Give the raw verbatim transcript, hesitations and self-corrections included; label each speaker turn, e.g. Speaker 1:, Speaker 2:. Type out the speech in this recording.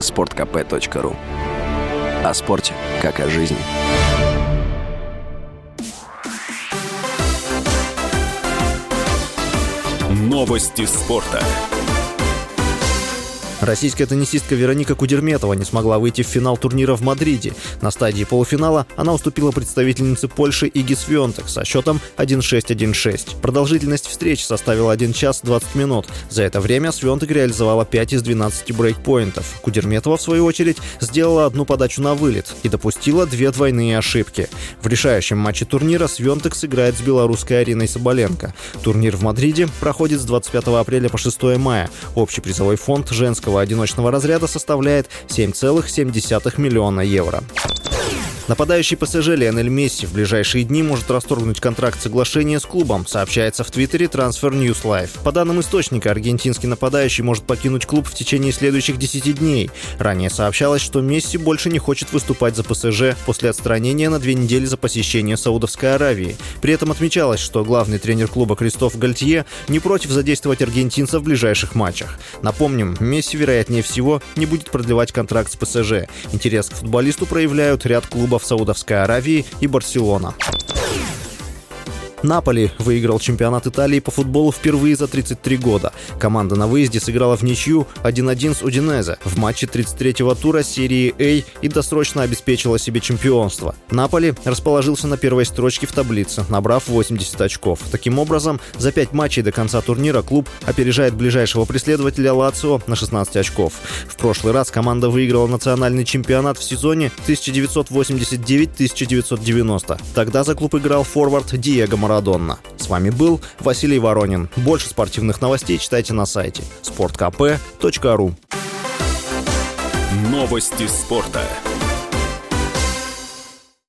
Speaker 1: спорт ка пэ точка ру. О спорте, как о жизни.
Speaker 2: Новости спорта.
Speaker 3: Российская теннисистка Вероника Кудерметова не смогла выйти в финал турнира в Мадриде. На стадии полуфинала она уступила представительнице Польши Иги Свионтек со счетом один шесть - один шесть. Продолжительность встречи составила один час двадцать минут. За это время Свионтек реализовала пять из двенадцати брейкпоинтов. Кудерметова, в свою очередь, сделала одну подачу на вылет и допустила две двойные ошибки. В решающем матче турнира Свионтек сыграет с белорусской Ариной Соболенко. Турнир в Мадриде проходит с двадцать пятого апреля по шестого мая. Общий призовой фонд женского одиночного разряда составляет семь целых семь десятых миллиона евро. Нападающий пэ эс жэ Лионель Месси в ближайшие дни может расторгнуть контракт соглашения с клубом, сообщается в твиттере Transfer News Live. По данным источника, аргентинский нападающий может покинуть клуб в течение следующих десяти дней. Ранее сообщалось, что Месси больше не хочет выступать за пэ эс жэ после отстранения на две недели за посещение Саудовской Аравии. При этом отмечалось, что главный тренер клуба Кристоф Гальтье не против задействовать аргентинца в ближайших матчах. Напомним, Месси, вероятнее всего, не будет продлевать контракт с пэ эс жэ. Интерес к футболисту проявляют ряд клубов в Саудовской Аравии и Барселона. Наполи выиграл чемпионат Италии по футболу впервые за тридцать три года. Команда на выезде сыграла в ничью один один с Удинезе в матче тридцать третьего тура серии А и досрочно обеспечила себе чемпионство. Наполи расположился на первой строчке в таблице, набрав восемьдесят очков. Таким образом, за пять матчей до конца турнира клуб опережает ближайшего преследователя Лацио на шестнадцать очков. В прошлый раз команда выиграла национальный чемпионат в сезоне тысяча девятьсот восемьдесят девять - тысяча девятьсот девяносто. Тогда за клуб играл форвард Диего Марадона. С вами был Василий Воронин. Больше спортивных новостей читайте на сайте спорт ка пэ точка ру.
Speaker 2: Новости спорта.